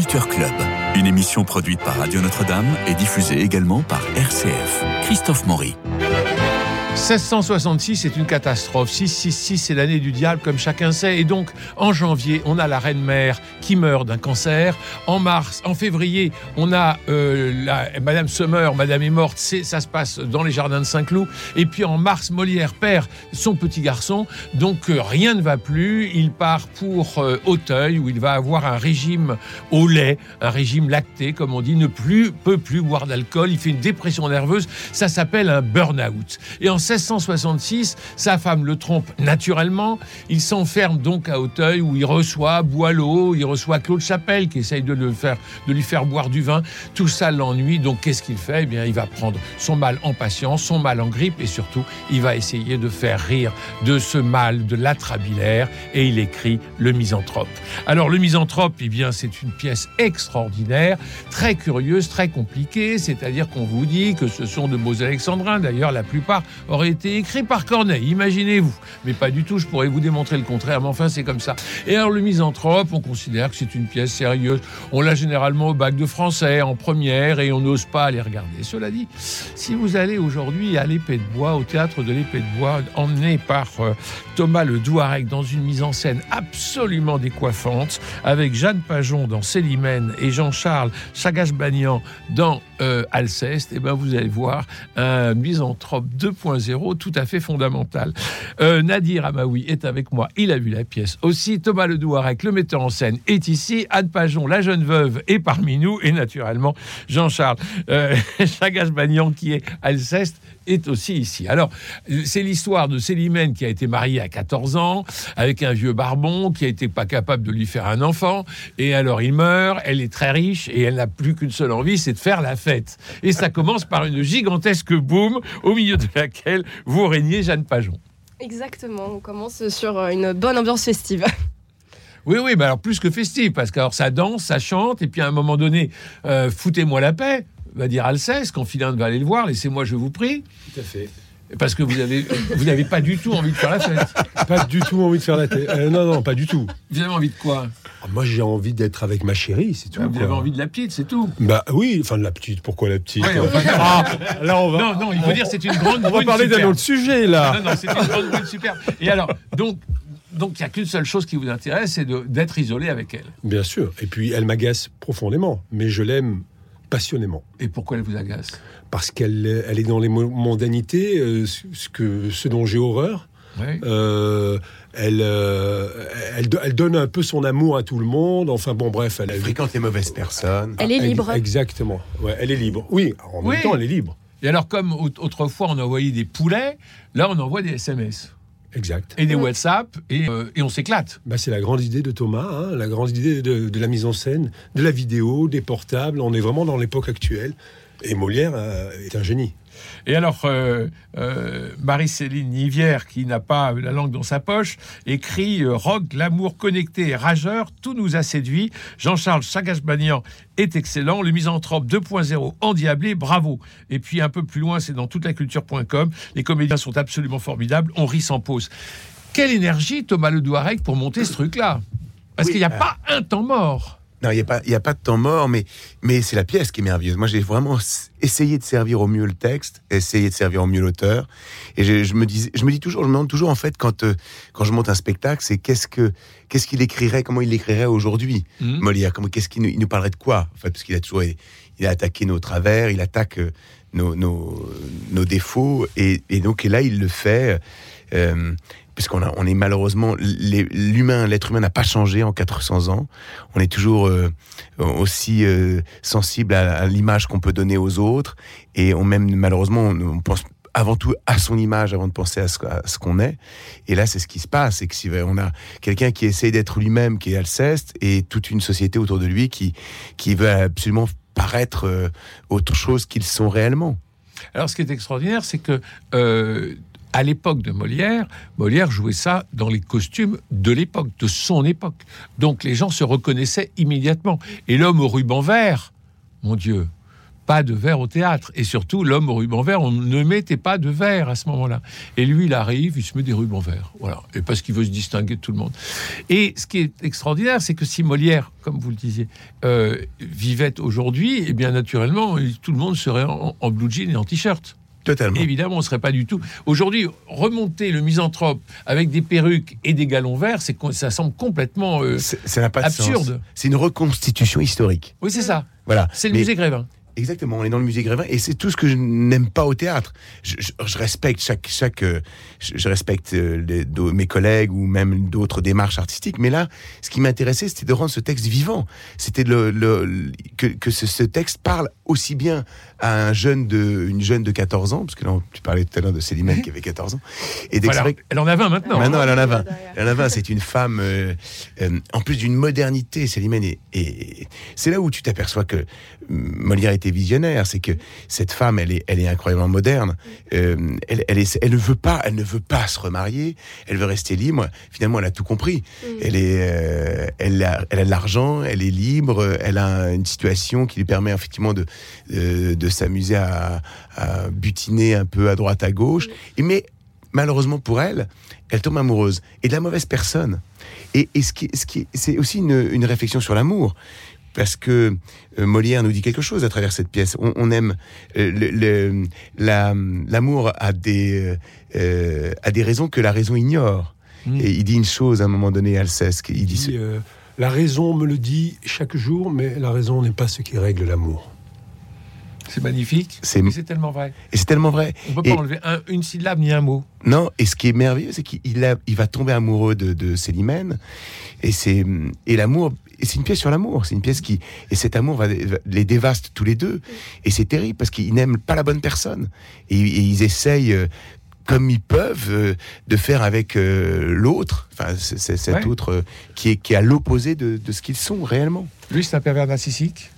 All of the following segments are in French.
Culture Club, une émission produite par Radio Notre-Dame et diffusée également par RCF. Christophe Maury. 1666, c'est une catastrophe. 666, c'est l'année du diable, comme chacun sait. Et donc, en janvier, on a la reine-mère qui meurt d'un cancer. En février, on a Madame se meurt, Madame est morte. Ça se passe dans les jardins de Saint-Cloud. Et puis en mars, Molière perd son petit garçon. Donc, rien ne va plus. Il part pour Auteuil, où il va avoir un régime au lait, un régime lacté, comme on dit. Peut plus boire d'alcool. Il fait une dépression nerveuse. Ça s'appelle un burn-out. Et en 1666, sa femme le trompe naturellement. Il s'enferme donc à Auteuil où il reçoit Boileau, il reçoit Claude Chapelle qui essaye de lui faire boire du vin. Tout ça l'ennuie. Donc qu'est-ce qu'il fait ? Eh bien, il va prendre son mal en patience, son mal en grippe et surtout, il va essayer de faire rire de ce mal de l'atrabilaire et il écrit Le Misanthrope. Alors, Le Misanthrope, eh bien, c'est une pièce extraordinaire, très curieuse, très compliquée. C'est-à-dire qu'on vous dit que ce sont de beaux alexandrins. D'ailleurs, la plupart aurait été écrit par Corneille, imaginez-vous. Mais pas du tout, je pourrais vous démontrer le contraire, mais enfin c'est comme ça. Et alors le Misanthrope, on considère que c'est une pièce sérieuse. On l'a généralement au bac de français, en première, et on n'ose pas aller regarder. Cela dit, si vous allez aujourd'hui à l'Épée de Bois, au théâtre de l'Épée de Bois, emmené par Thomas Le Douarec dans une mise en scène absolument décoiffante, avec Jeanne Pajon dans Célimène et Jean-Charles Chagachbanian dans Alceste, et ben vous allez voir un Misanthrope 2.0 tout à fait fondamental. Nadir Amaoui est avec moi, il a vu la pièce aussi. Thomas Le Douarec, le metteur en scène, est ici. Anne Pajon, la jeune veuve, est parmi nous. Et naturellement, Jean-Charles Chagachbanian, qui est Alceste, est aussi ici. Alors, c'est l'histoire de Célimène qui a été mariée à 14 ans avec un vieux barbon qui n'était pas capable de lui faire un enfant. Et alors, il meurt, elle est très riche et elle n'a plus qu'une seule envie, c'est de faire la fête. Et ça commence par une gigantesque boum au milieu de laquelle vous régnez, Jeanne Pajon. Exactement, on commence sur une bonne ambiance festive. Oui, mais alors plus que festive, parce que alors, ça danse, ça chante, et puis à un moment donné, foutez-moi la paix, va dire Alceste, quand Philinte va aller le voir, laissez-moi, je vous prie. Tout à fait. Parce que vous n'avez pas du tout envie de faire la fête. Pas du tout envie de faire la tête. Non, pas du tout. Vous avez envie de quoi ? Moi, j'ai envie d'être avec ma chérie, c'est tout. Vous avez envie de la petite, c'est tout. Bah oui, enfin de la petite. Pourquoi la petite ? Là, on va. Non, il faut dire c'est une grande. On va parler d'un autre sujet là. Non, c'est une grande brune superbe. Et alors, donc il n'y a qu'une seule chose qui vous intéresse, c'est d'être isolé avec elle. Bien sûr. Et puis, elle m'agace profondément, mais je l'aime passionnément. Et pourquoi elle vous agace ? Parce qu'elle est dans les mondanités, ce dont j'ai horreur. Oui. Elle donne un peu son amour à tout le monde. Enfin bon, bref, elle fréquente les mauvaises personnes. Elle est libre. Exactement. Ouais, elle est libre. Oui, en même temps, elle est libre. Et alors, comme autrefois on envoyait des poulets, là on envoie des SMS. Exact. Et des WhatsApp, et on s'éclate. C'est la grande idée de Thomas, la grande idée de la mise en scène, de la vidéo, des portables. On est vraiment dans l'époque actuelle. Et Molière est un génie. Et alors, Marie-Céline Nivière, qui n'a pas la langue dans sa poche, écrit « Rogue, l'amour connecté et rageur, tout nous a séduit. Jean-Charles Chagachbanian est excellent. Le Misanthrope 2.0 endiablé, bravo. » Et puis un peu plus loin, c'est dans toutelaculture.com. Les comédiens sont absolument formidables. On rit sans pause. Quelle énergie, Thomas Le Douarec, pour monter ce truc-là ? Parce qu'il n'y a pas un temps mort. Non, il y a pas de temps mort, mais c'est la pièce qui est merveilleuse. Moi, j'ai vraiment essayé de servir au mieux le texte, essayé de servir au mieux l'auteur. Et je me demande toujours en fait quand je monte un spectacle, c'est qu'est-ce qu'il écrirait, comment il l'écrirait aujourd'hui, Molière, qu'est-ce qu'il nous parlerait de quoi, en fait, parce qu'il a attaqué nos travers, il attaque nos défauts, et donc là il le fait. Puisqu'on est malheureusement, l'être humain n'a pas changé en 400 ans. On est toujours aussi sensible à l'image qu'on peut donner aux autres. Et malheureusement, on pense avant tout à son image avant de penser à ce qu'on est. Et là, c'est ce qui se passe. C'est que on a quelqu'un qui essaye d'être lui-même, qui est Alceste, et toute une société autour de lui qui veut absolument paraître autre chose qu'ils sont réellement. Alors, ce qui est extraordinaire, c'est que... à l'époque de Molière jouait ça dans les costumes de l'époque, de son époque. Donc les gens se reconnaissaient immédiatement. Et l'homme au ruban vert, mon Dieu, pas de verre au théâtre. Et surtout, l'homme au ruban vert, on ne mettait pas de verre à ce moment-là. Et lui, il arrive, il se met des rubans verts. Voilà. Et parce qu'il veut se distinguer de tout le monde. Et ce qui est extraordinaire, c'est que si Molière, comme vous le disiez, vivait aujourd'hui, eh bien, naturellement, tout le monde serait en blue jean et en t-shirt. Totalement. Évidemment, on ne serait pas du tout. Aujourd'hui, remonter le misanthrope avec des perruques et des galons verts, ça semble complètement ça n'a pas de absurde. sens. C'est une reconstitution historique. Oui, c'est ça. Voilà. C'est le musée Grévin. Exactement, on est dans le musée Grévin et c'est tout ce que je n'aime pas au théâtre. Je respecte je respecte mes collègues ou même d'autres démarches artistiques, mais là, ce qui m'intéressait, c'était de rendre ce texte vivant. C'était que ce texte parle aussi bien à une jeune de 14 ans, parce que là, tu parlais tout à l'heure de Célimène qui avait 14 ans. Et Voilà, elle en a 20 maintenant. Maintenant, elle en a 20. Elle en a 20, c'est une femme, en plus d'une modernité, Célimène. Et c'est là où tu t'aperçois que Molière était visionnaire, c'est que cette femme, elle est incroyablement moderne. Elle ne veut pas se remarier. Elle veut rester libre. Finalement, elle a tout compris. Elle a de l'argent. Elle est libre. Elle a une situation qui lui permet effectivement de s'amuser à butiner un peu à droite à gauche. Mais malheureusement pour elle, elle tombe amoureuse et de la mauvaise personne. Et c'est aussi une réflexion sur l'amour. Parce que Molière nous dit quelque chose à travers cette pièce. On aime l'amour a des raisons que la raison ignore. Et il dit une chose à un moment donné, Alceste. Il dit la raison me le dit chaque jour, mais la raison n'est pas ce qui règle l'amour. C'est magnifique. C'est tellement vrai. Et c'est tellement vrai. On ne peut pas enlever une syllabe ni un mot. Non, et ce qui est merveilleux, c'est qu'il va tomber amoureux de Célimène. Et l'amour... Et c'est une pièce sur l'amour, et cet amour les dévaste tous les deux, et c'est terrible parce qu'ils n'aiment pas la bonne personne, et ils essayent comme ils peuvent de faire avec l'autre, enfin cet autre qui est à l'opposé de ce qu'ils sont réellement. Lui, c'est un pervers narcissique.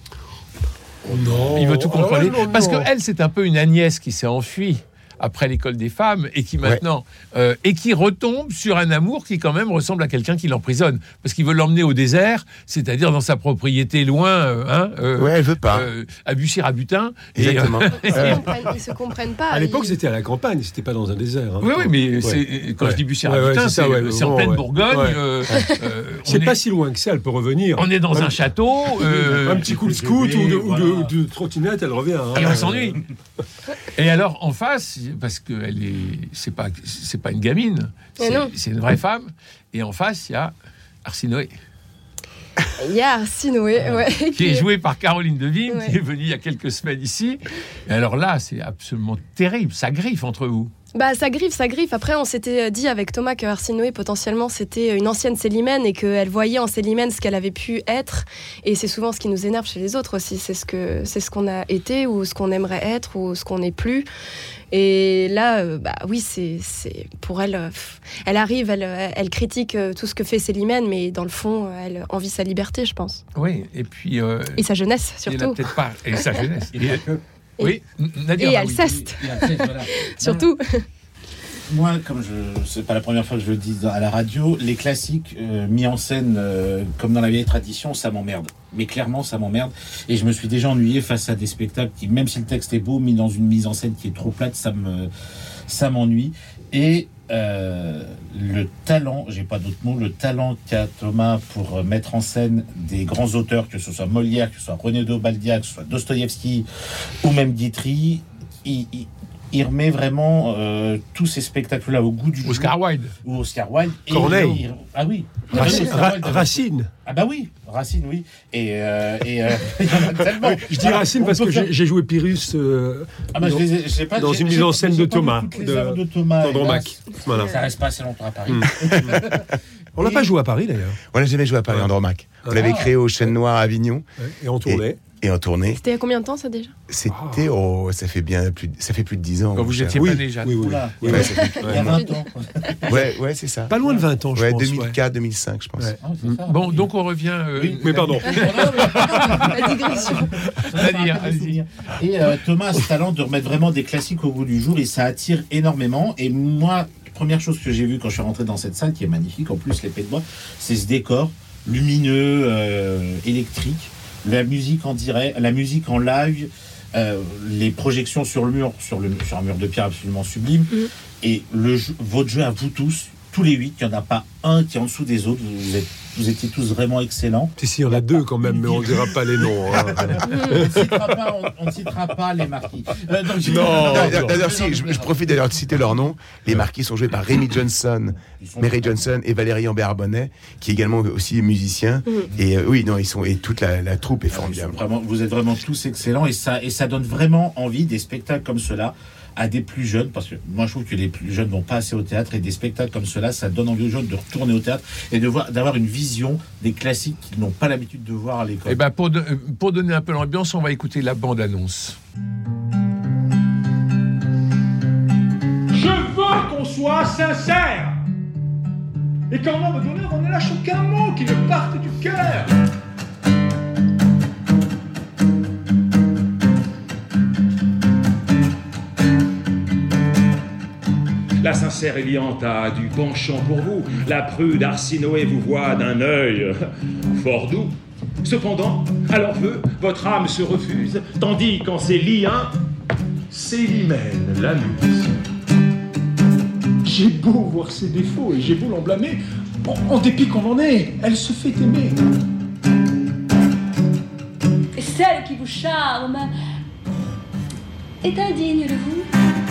Non. Il veut tout contrôler, non. Parce que elle, c'est un peu une Agnès qui s'est enfuie après l'école des femmes, et qui maintenant et qui retombe sur un amour qui quand même ressemble à quelqu'un qui l'emprisonne, parce qu'il veut l'emmener au désert, c'est-à-dire dans sa propriété loin, elle veut pas à Bussy-Rabutin. Exactement. Ils se comprennent pas. À l'époque, c'était à la campagne, c'était pas dans un désert. Oui, mais quand je dis Bussy-Rabutin, c'est en pleine Bourgogne. C'est pas si loin que ça, elle peut revenir. On est dans un château. Un petit coup de scout ou de trottinette, elle revient. Et on s'ennuie. Et alors, en face, parce que c'est pas une gamine, c'est une vraie femme. Et en face, il y a Arsinoé. Il y a Arsinoé, qui est joué par Caroline Devigne, qui est venue il y a quelques semaines ici. Et alors là, c'est absolument terrible. Ça griffe entre vous. Bah, ça griffe. Après, on s'était dit avec Thomas que Arsinoé, potentiellement, c'était une ancienne Célimène et qu'elle voyait en Célimène ce qu'elle avait pu être. Et c'est souvent ce qui nous énerve chez les autres aussi. C'est ce qu'on a été ou ce qu'on aimerait être ou ce qu'on n'est plus. Et là, c'est pour elle. Elle arrive, elle critique tout ce que fait Célimène, mais dans le fond, elle envie sa liberté, je pense. Oui, et puis. Et sa jeunesse, surtout. Peut-être pas. Et sa jeunesse. Oui, Nadir, et Alceste, voilà. Surtout. Moi, c'est pas la première fois que je le dis à la radio, les classiques mis en scène comme dans la vieille tradition, ça m'emmerde. Mais clairement, ça m'emmerde. Et je me suis déjà ennuyé face à des spectacles qui, même si le texte est beau, mis dans une mise en scène qui est trop plate, ça m'ennuie. Et le talent, j'ai pas d'autre mot, le talent qu'a Thomas pour mettre en scène des grands auteurs, que ce soit Molière, que ce soit René Daubaldia, que ce soit Dostoïevski ou même Guitry, il remet vraiment tous ces spectacles-là au goût du jour. Oscar Wilde. Ou Oscar Wilde. Corneille. Ah oui. Racine. Ah bah oui, Racine, oui. Et il y en a tellement. Je dis Racine parce que j'ai joué Pyrrhus dans une mise en scène de Thomas. Andromaque. Voilà. Ça reste pas assez longtemps à Paris. On n'a pas joué à Paris d'ailleurs. On n'a jamais joué à Paris, Andromaque. On l'avait créé au Chêne Noir à Avignon. Et on tournait. Et en tournée. C'était il y a combien de temps ça déjà ? C'était ça fait plus de 10 ans. Quand vous étiez pas né, Jeanne. Oui. Il y a 20 ans. Ouais, c'est ça. Pas loin de 20 ans, je pense. 2004, 2005, je pense. Ouais. Ah, bon, donc on revient. Mais pardon. La digression. Allez-y. Et Thomas a ce talent de remettre vraiment des classiques au goût du jour et ça attire énormément. Et moi, première chose que j'ai vue quand je suis rentré dans cette salle, qui est magnifique, en plus l'épée de bois, c'est ce décor lumineux, électrique. La musique en direct, la musique en live, les projections sur le mur, sur un mur de pierre absolument sublime, et votre jeu à vous tous les 8, il n'y en a pas un qui est en dessous des autres. Vous étiez tous vraiment excellents. Si, il y en a 2 quand même, mais on ne dira pas les noms. Hein. On ne citera pas les marquis. D'ailleurs, si, je profite d'ailleurs de citer leur nom. Les marquis sont joués par Rémi Johnson, Mary Johnson et Valérie Ambert-Bonnet, qui est également aussi musicien. Et et toute la troupe est formidable. Vous êtes vraiment tous excellents, et ça donne vraiment envie, des spectacles comme cela, à des plus jeunes, parce que moi je trouve que les plus jeunes vont pas assez au théâtre, et des spectacles comme cela, ça donne envie aux jeunes de retourner au théâtre et d'avoir une vision des classiques qu'ils n'ont pas l'habitude de voir à l'école. Et ben pour donner un peu l'ambiance, on va écouter la bande-annonce. Je veux qu'on soit sincère, et qu'en homme d'honneur, on ne lâche aucun mot qui ne parte du cœur. La sincère Eliante a du penchant pour vous. La prude Arsinoé vous voit d'un œil fort doux. Cependant, à leur vœu, votre âme se refuse, tandis qu'en ses liens, Célimène l'amuse. J'ai beau voir ses défauts et j'ai beau l'en blâmer, en dépit qu'on en est, elle se fait aimer. Celle qui vous charme est indigne de vous.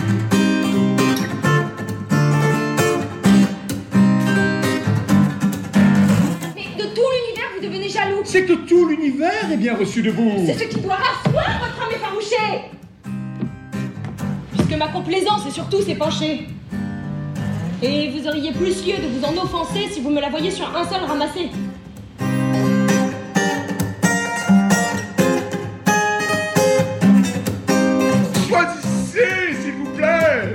C'est que tout l'univers est bien reçu de vous. C'est ce qui doit rasseoir votre âme effarouchée. Puisque ma complaisance et surtout s'est penchée. Et vous auriez plus lieu de vous en offenser si vous me la voyez sur un seul ramassé. Choisissez, s'il vous plaît.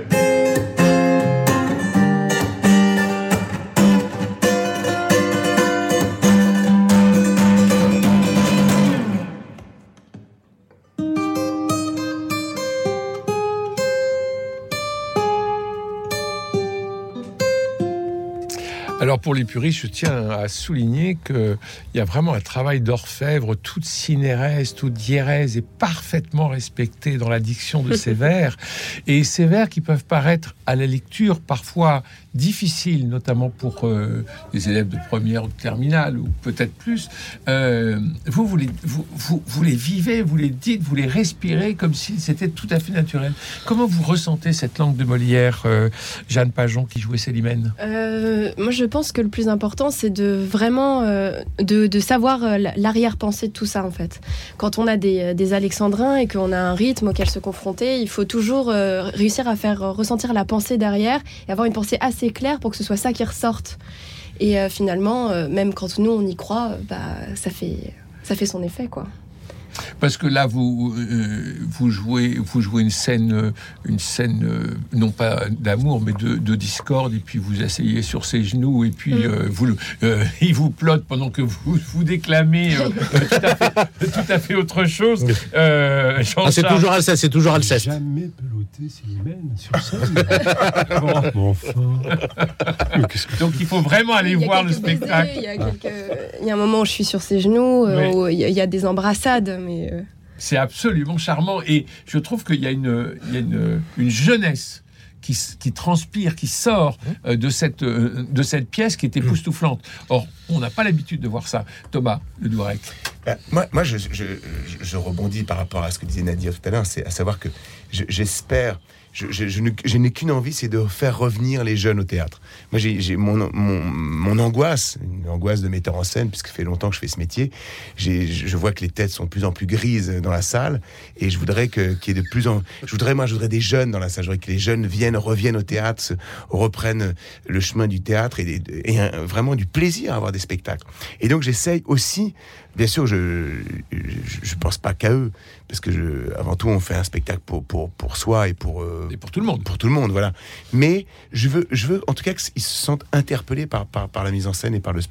Alors pour les puristes, je tiens à souligner qu'il y a vraiment un travail d'orfèvre. Toute synérèse, toute diérèse est parfaitement respectée dans la diction de ces vers. Et ces vers qui peuvent paraître à la lecture parfois difficiles, notamment pour les élèves de première ou de terminale, ou peut-être plus, vous les vivez, vous les dites, vous les respirez comme si c'était tout à fait naturel. Comment vous ressentez cette langue de Molière, Jeanne Pajon, qui jouait Célimène ? Moi, je pense que le plus important, c'est de vraiment de savoir l'arrière-pensée de tout ça, en fait. Quand on a des alexandrins et qu'on a un rythme auquel se confronter, il faut toujours réussir à faire ressentir la pensée derrière et avoir une pensée assez claire pour que ce soit ça qui ressorte. Et finalement, même quand nous, on y croit, ça fait son effet, quoi. Parce que là, vous jouez une scène non pas d'amour, mais de discorde, et puis vous asseyez sur ses genoux, et puis il vous plotte pendant que vous déclamez tout à fait autre chose. C'est toujours Alceste. Jamais peloté Célimène sur scène. Bon, enfin. Donc il faut vraiment aller voir le spectacle. Il y a un moment où je suis sur ses genoux, où il y a des embrassades. Mais c'est absolument charmant, et je trouve qu'il y a une jeunesse qui transpire, qui sort de cette pièce qui est époustouflante. Or, on n'a pas l'habitude de voir ça. Thomas Le Douarec. Moi, je rebondis par rapport à ce que disait Nadia tout à l'heure, c'est à savoir que j'espère. Je n'ai qu'une envie, c'est de faire revenir les jeunes au théâtre. Moi, j'ai mon angoisse, une angoisse de metteur en scène, puisque ça fait longtemps que je fais ce métier. Je vois que les têtes sont de plus en plus grises dans la salle, et je voudrais qu'il y ait de plus en... Je voudrais des jeunes dans la salle. Je voudrais que les jeunes reviennent au théâtre, reprennent le chemin du théâtre et vraiment du plaisir à avoir des spectacles. Et donc, j'essaye aussi... Bien sûr, je pense pas qu'à eux, parce que avant tout, on fait un spectacle pour soi et pour tout le monde. Pour tout le monde, voilà. Mais je veux en tout cas qu'ils se sentent interpellés par la mise en scène et par le spectacle.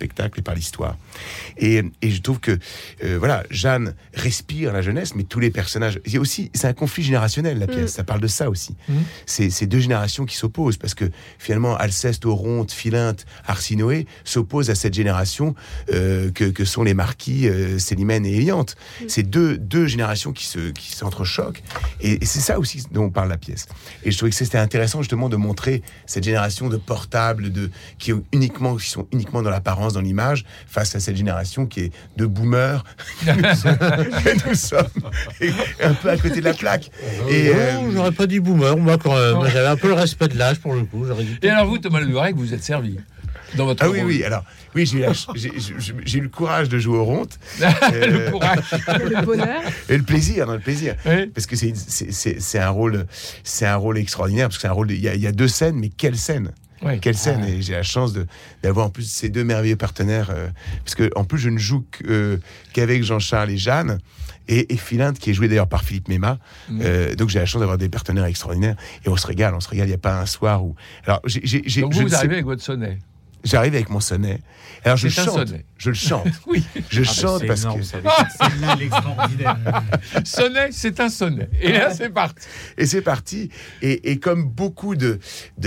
spectacle et par l'histoire. Et je trouve que voilà, Jeanne respire la jeunesse, mais tous les personnages. Il y a aussi, c'est un conflit générationnel, la pièce. Ça parle de ça aussi. C'est deux générations qui s'opposent parce que finalement, Alceste, Oronte, Philinte, Arsinoé s'opposent à cette génération que sont les marquis Célimène et Éliante. C'est deux générations qui s'entrechoquent. Et c'est ça aussi dont parle la pièce. Et je trouvais que c'était intéressant justement de montrer cette génération de portables qui sont uniquement dans l'apparence, dans l'image, face à cette génération qui est de boomers. Nous sommes un peu à côté de la plaque. Non, j'aurais pas dit boomer, moi quand même. Moi, j'avais un peu le respect de l'âge pour le coup. Et alors vous, Thomas Ledoirec, vous êtes servi dans votre rôle. Oui. Alors, oui, j'ai eu le courage de jouer au Oronte. Le courage. Le bonheur. Et le plaisir. Oui. Parce que c'est un rôle extraordinaire, parce que c'est un rôle. Il y a deux scènes, mais quelle scène! Ouais. Quelle scène! Et j'ai la chance d'avoir en plus ces deux merveilleux partenaires, parce que en plus je ne joue qu'avec Jean-Charles et Jeanne. Et Philinte, qui est joué d'ailleurs par Philippe Méma. Donc j'ai la chance d'avoir des partenaires extraordinaires. Et on se régale. Il n'y a pas un soir où. Alors, donc vous arrivez avec votre sonnet. J'arrive avec mon sonnet. Alors je chante. Je le chante. Oui. Je chante parce que. C'est là l'extraordinaire. Sonnet, c'est un sonnet. Et là, c'est parti. Et c'est parti. Et comme beaucoup de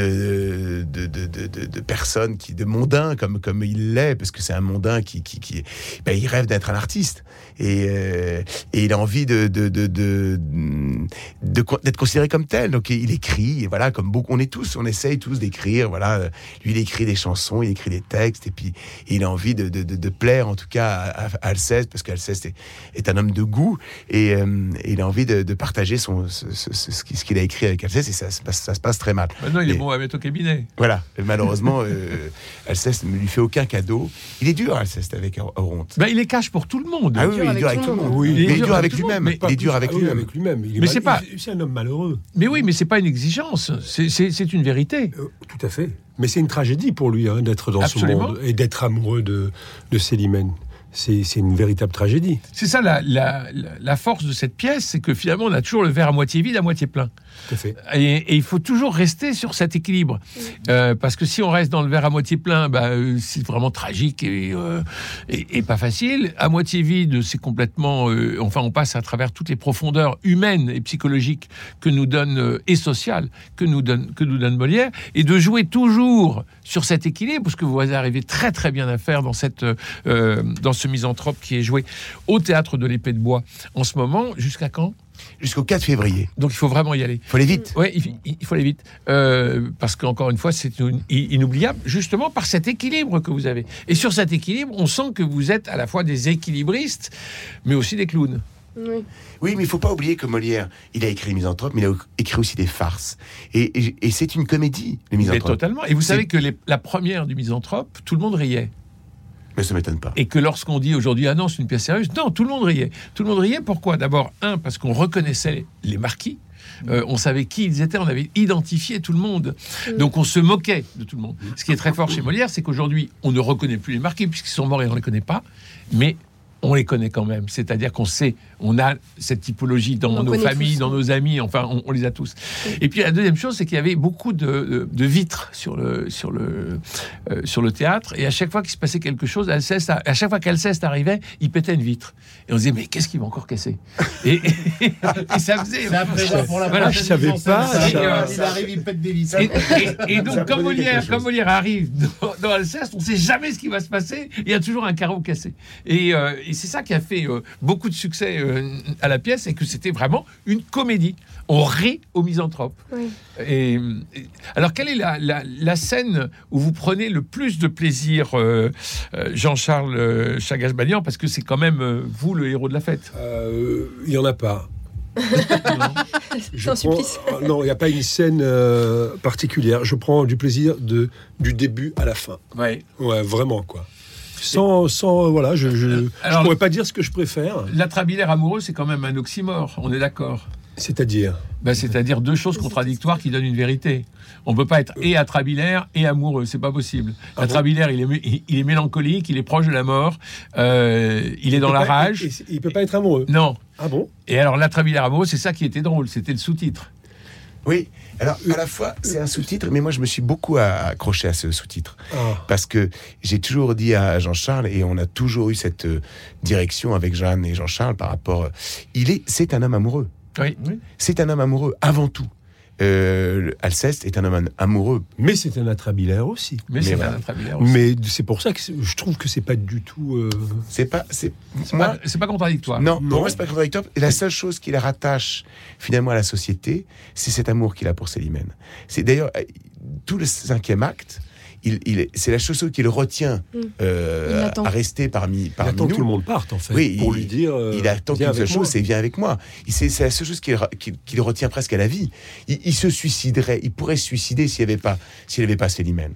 personnes, de mondains, comme il l'est, parce que c'est un mondain qui il rêve d'être un artiste. Et il a envie d'être considéré comme tel. Donc il écrit. Et voilà, comme beaucoup, on essaye tous d'écrire. Voilà, lui il écrit des chansons, il écrit des textes, et puis il a envie de plaire en tout cas à Alceste, parce qu'Alceste est un homme de goût, et il a envie de partager ce qu'il a écrit avec Alceste, et ça se passe très mal. Maintenant il est bon à mettre au cabinet. Voilà, malheureusement Alceste ne lui fait aucun cadeau. Il est dur, Alceste, avec Oronte. Il les cache pour tout le monde. Ah oui, il est dur avec tout le monde. Oui. Mais il est dur avec lui-même. Il est dur avec lui-même. C'est un homme malheureux. Mais oui, mais c'est pas une exigence. C'est une vérité. Tout à fait. Mais c'est une tragédie pour lui d'être dans ce monde et d'être amoureux de Célimène. C'est une véritable tragédie. C'est ça la force de cette pièce, c'est que finalement on a toujours le verre à moitié vide, à moitié plein. Tout à fait. Et il faut toujours rester sur cet équilibre, parce que si on reste dans le verre à moitié plein, c'est vraiment tragique et pas facile. À moitié vide, c'est complètement. On passe à travers toutes les profondeurs humaines et psychologiques que nous donne et sociales que nous donne Molière, et de jouer toujours sur cet équilibre, parce que vous arrivez très très bien à faire dans ce misanthrope qui est joué au Théâtre de l'Épée de Bois en ce moment. Jusqu'à quand ? Jusqu'au 4 février. Donc il faut vraiment y aller. Il faut aller vite. Oui, il faut aller vite. Parce qu'encore une fois, c'est inoubliable, justement par cet équilibre que vous avez. Et sur cet équilibre, on sent que vous êtes à la fois des équilibristes, mais aussi des clowns. Oui, mais il ne faut pas oublier que Molière, il a écrit les Misanthropes, mais il a écrit aussi des farces. Et c'est une comédie, les Misanthropes. Mais totalement. Et vous savez que la première du Misanthrope, tout le monde riait. Mais ça ne m'étonne pas. Et que lorsqu'on dit aujourd'hui, ah non, c'est une pièce sérieuse, non, tout le monde riait. Tout le monde riait, pourquoi ? D'abord, parce qu'on reconnaissait les marquis. On savait qui ils étaient, on avait identifié tout le monde. Donc on se moquait de tout le monde. Ce qui est très fort chez Molière, c'est qu'aujourd'hui, on ne reconnaît plus les marquis, puisqu'ils sont morts et on ne les connaît pas. Mais on les connaît quand même. C'est-à-dire qu'on sait, on a cette typologie dans nos familles, dans nos amis, enfin, on les a tous. Et puis la deuxième chose, c'est qu'il y avait beaucoup de vitres sur le théâtre, et à chaque fois qu'il se passait quelque chose, à chaque fois qu'Alceste arrivait, il pétait une vitre. Et on se disait, mais qu'est-ce qu'il va encore casser ? Et ça faisait... C'est un présent pour la prochaine. Je savais pas. Il arrive, il pète des vitres. Et donc, comme Molière arrive dans Alceste, on ne sait jamais ce qui va se passer. Il y a toujours un carreau cassé. Et c'est ça qui a fait beaucoup de succès à la pièce, et que c'était vraiment une comédie. On rit aux misanthropes. Oui. Alors, quelle est la scène où vous prenez le plus de plaisir, Jean-Charles Chagas-Balian, parce que c'est quand même vous le héros de la fête. Il n'y en a pas. C'est un supplice. Non, il n'y a pas une scène particulière. Je prends du plaisir du début à la fin. Ouais, vraiment, quoi. Sans voilà, je ne pourrais pas dire ce que je préfère. L'atrabilaire amoureux, c'est quand même un oxymore, on est d'accord. C'est-à-dire c'est-à-dire deux choses contradictoires qui donnent une vérité. On ne peut pas être et atrabilaire et amoureux, c'est pas possible. L'atrabilaire, il est mélancolique, il est proche de la mort, il est dans la rage. Il peut pas être amoureux. Non. Ah bon ? Et alors l'atrabilaire amoureux, c'est ça qui était drôle, c'était le sous-titre. Oui, Alors, à la fois, c'est un sous-titre, mais moi, je me suis beaucoup accroché à ce sous-titre. Parce que j'ai toujours dit à Jean-Charles, et on a toujours eu cette direction avec Jeanne et Jean-Charles par rapport... C'est un homme amoureux. Oui. C'est un homme amoureux, avant tout. Alceste est un homme amoureux. Mais c'est un atrabilaire aussi. Mais c'est pour ça que je trouve que c'est pas du tout... C'est pas contradictoire. Non, pour moi, c'est pas contradictoire. Et la seule chose qui la rattache finalement à la société, c'est cet amour qu'il a pour Célimène. C'est d'ailleurs tout le 5e acte. C'est la chose qui le retient à rester parmi il attend nous. Que tout le monde parte, en fait, pour lui dire... il attend qu'une seule chose, c'est « viens avec moi ». C'est la seule chose qui le retient presque à la vie. Il se suiciderait, il pourrait se suicider s'il n'y avait pas Célimène.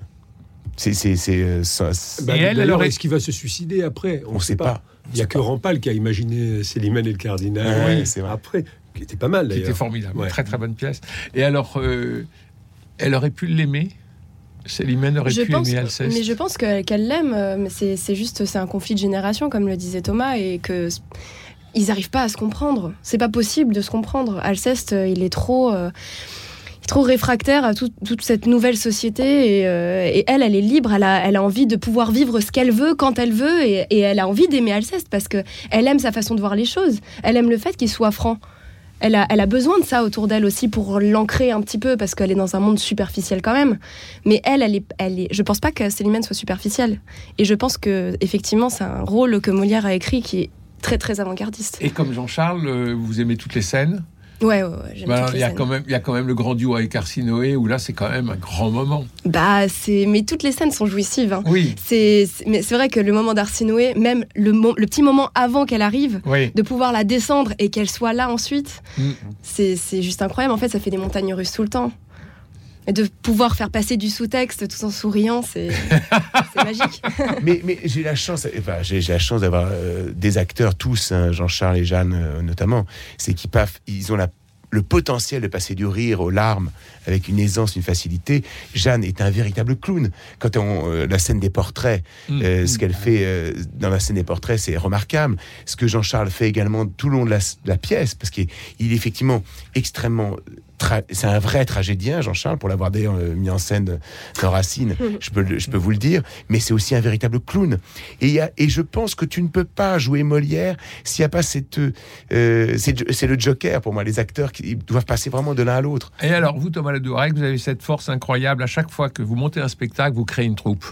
D'ailleurs, est-ce qu'il va se suicider après ? On ne sait pas. Il n'y a que Rampal qui a imaginé Célimène et le cardinal après, qui était pas mal, d'ailleurs. Qui était formidable, très très bonne pièce. Et alors, elle aurait pu l'aimer ? Célimène aurait pu aimer Alceste. Mais je pense qu'elle l'aime. C'est un conflit de génération, comme le disait Thomas, et que ils n'arrivent pas à se comprendre. C'est pas possible de se comprendre. Alceste, il est trop réfractaire à toute cette nouvelle société, et elle est libre. Elle a envie de pouvoir vivre ce qu'elle veut quand elle veut, et elle a envie d'aimer Alceste parce que elle aime sa façon de voir les choses. Elle aime le fait qu'il soit franc. Elle a besoin de ça autour d'elle aussi pour l'ancrer un petit peu, parce qu'elle est dans un monde superficiel quand même. Mais elle est. Je pense pas que Célimène soit superficielle. Et je pense que effectivement, c'est un rôle que Molière a écrit qui est très très avant-gardiste. Et comme Jean-Charles, vous aimez toutes les scènes ? Ouais, j'aime toutes les scènes. Il y a quand même le grand duo avec Arsinoé, où là, c'est quand même un grand moment. Mais toutes les scènes sont jouissives. Hein. Oui. Mais c'est vrai que le moment d'Arsinoé, même le petit moment avant qu'elle arrive, de pouvoir la descendre et qu'elle soit là ensuite, c'est juste incroyable. En fait, ça fait des montagnes russes tout le temps. Et de pouvoir faire passer du sous-texte tout en souriant, c'est magique. mais j'ai la chance d'avoir des acteurs tous, hein, Jean-Charles et Jeanne notamment, c'est qu'ils ont le potentiel de passer du rire aux larmes avec une aisance, une facilité. Jeanne est un véritable clown. Quand la scène des portraits, ce qu'elle fait dans la scène des portraits, c'est remarquable. Ce que Jean-Charles fait également tout le long de la pièce, parce qu'il est effectivement extrêmement... c'est un vrai tragédien, Jean-Charles, pour l'avoir d'ailleurs mis en scène dans Racine, je peux vous le dire, mais c'est aussi un véritable clown. Et je pense que tu ne peux pas jouer Molière s'il n'y a pas c'est le Joker pour moi, les acteurs qui doivent passer vraiment de l'un à l'autre. Et alors, vous, Thomas Ledouarec, vous avez cette force incroyable, à chaque fois que vous montez un spectacle, vous créez une troupe.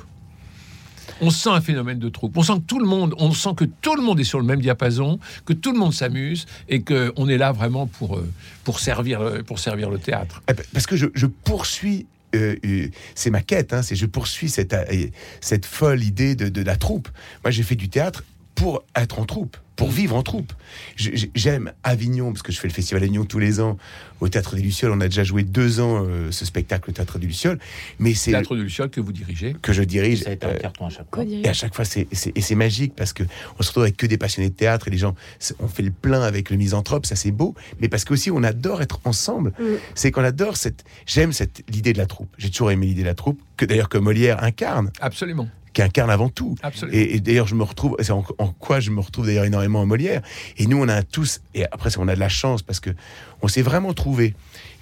On sent un phénomène de troupe. On sent que tout le monde est sur le même diapason, que tout le monde s'amuse et qu'on est là vraiment pour servir le théâtre. Parce que je poursuis, c'est ma quête, hein, je poursuis cette folle idée de la troupe. Moi, j'ai fait du théâtre pour être en troupe, pour vivre en troupe. J'aime Avignon, parce que je fais le Festival Avignon tous les ans au Théâtre des Lucioles. On a déjà joué 2 ans ce spectacle au Théâtre des Lucioles. Mais c'est Théâtre des Lucioles que vous dirigez. Que je dirige. Ça a été un carton à chaque fois. Et à chaque fois, c'est magique, parce qu'on se retrouve avec que des passionnés de théâtre, et les gens, on fait le plein avec le Misanthrope, ça c'est beau, mais parce qu'aussi on adore être ensemble. C'est qu'on adore j'aime l'idée de la troupe. J'ai toujours aimé l'idée de la troupe, que Molière incarne. Absolument. Qui incarne avant tout. Et d'ailleurs, je me retrouve, c'est en quoi je me retrouve d'ailleurs énormément en Molière. Et nous, on a tous, et après, on a de la chance parce que on s'est vraiment trouvé.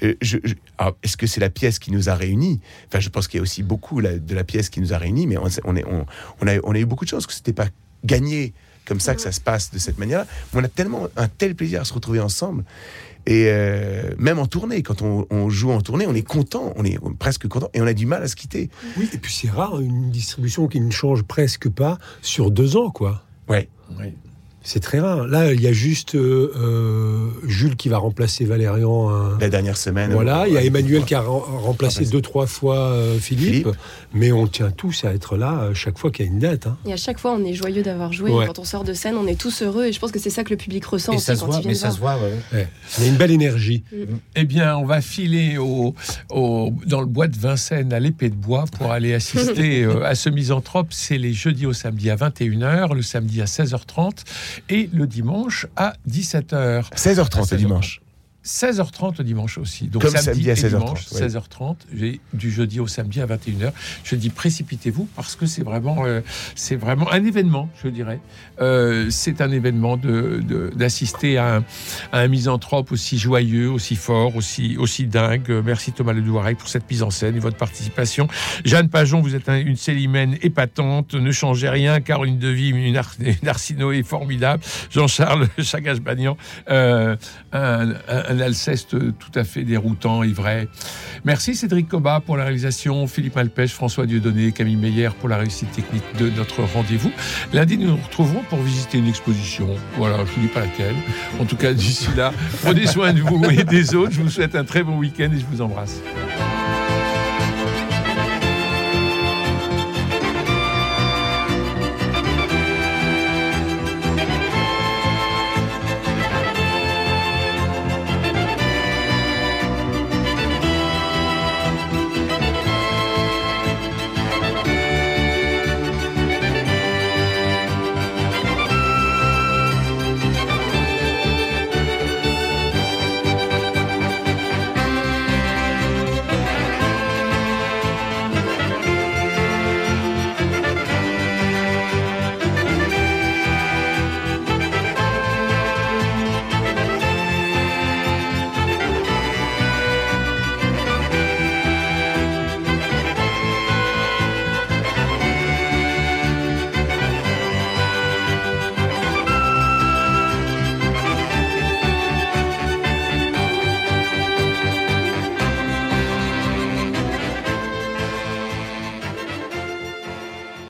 Est-ce que c'est la pièce qui nous a réunis ? Enfin, je pense qu'il y a aussi beaucoup de la pièce qui nous a réunis, mais on a eu beaucoup de chance que c'était pas gagné comme ça, que ça se passe de cette manière-là. On a tellement un tel plaisir à se retrouver ensemble. Et même en tournée, quand on joue en tournée, on est content, on est presque content, et on a du mal à se quitter. Oui, et puis c'est rare, une distribution qui ne change presque pas sur 2 ans, quoi. Ouais. C'est très rare. Là, il y a juste Jules qui va remplacer Valérian. La dernière semaine. Voilà, il y a Emmanuel qui a remplacé 2-3 fois Philippe. Mais on tient tous à être là chaque fois qu'il y a une date. Hein. Et à chaque fois, on est joyeux d'avoir joué. Ouais. Et quand on sort de scène, on est tous heureux. Et je pense que c'est ça que le public ressent et aussi ça se quand voit, ils viennent mais ça se voit, ouais. Il y a une belle énergie. Eh bien, on va filer dans le bois de Vincennes à l'épée de bois pour aller assister à ce Misanthrope. C'est les jeudis au samedi à 21h, le samedi à 16h30 et le dimanche à 17h. 16h30 le dimanche. 16h30 le dimanche aussi. Donc Comme samedi à et 16h30, dimanche, ouais. 16h30, du jeudi au samedi à 21h. Je dis précipitez-vous parce que c'est vraiment un événement, je dirais. C'est un événement d'assister à un misanthrope aussi joyeux, aussi fort, aussi dingue. Merci Thomas Ledouarec pour cette mise en scène et votre participation. Jeanne Pajon, vous êtes une célimène épatante. Ne changez rien. Caroline Devy, une Arsinoé formidable. Jean-Charles Chagache-Bagnan, un Alceste tout à fait déroutant et vrai. Merci Cédric Cobat pour la réalisation, Philippe Malpêche, François Dieudonné, Camille Meyer pour la réussite technique de notre rendez-vous. Lundi, nous nous retrouverons pour visiter une exposition. Voilà, je ne vous dis pas laquelle. En tout cas, d'ici là, prenez soin de vous et des autres. Je vous souhaite un très bon week-end et je vous embrasse.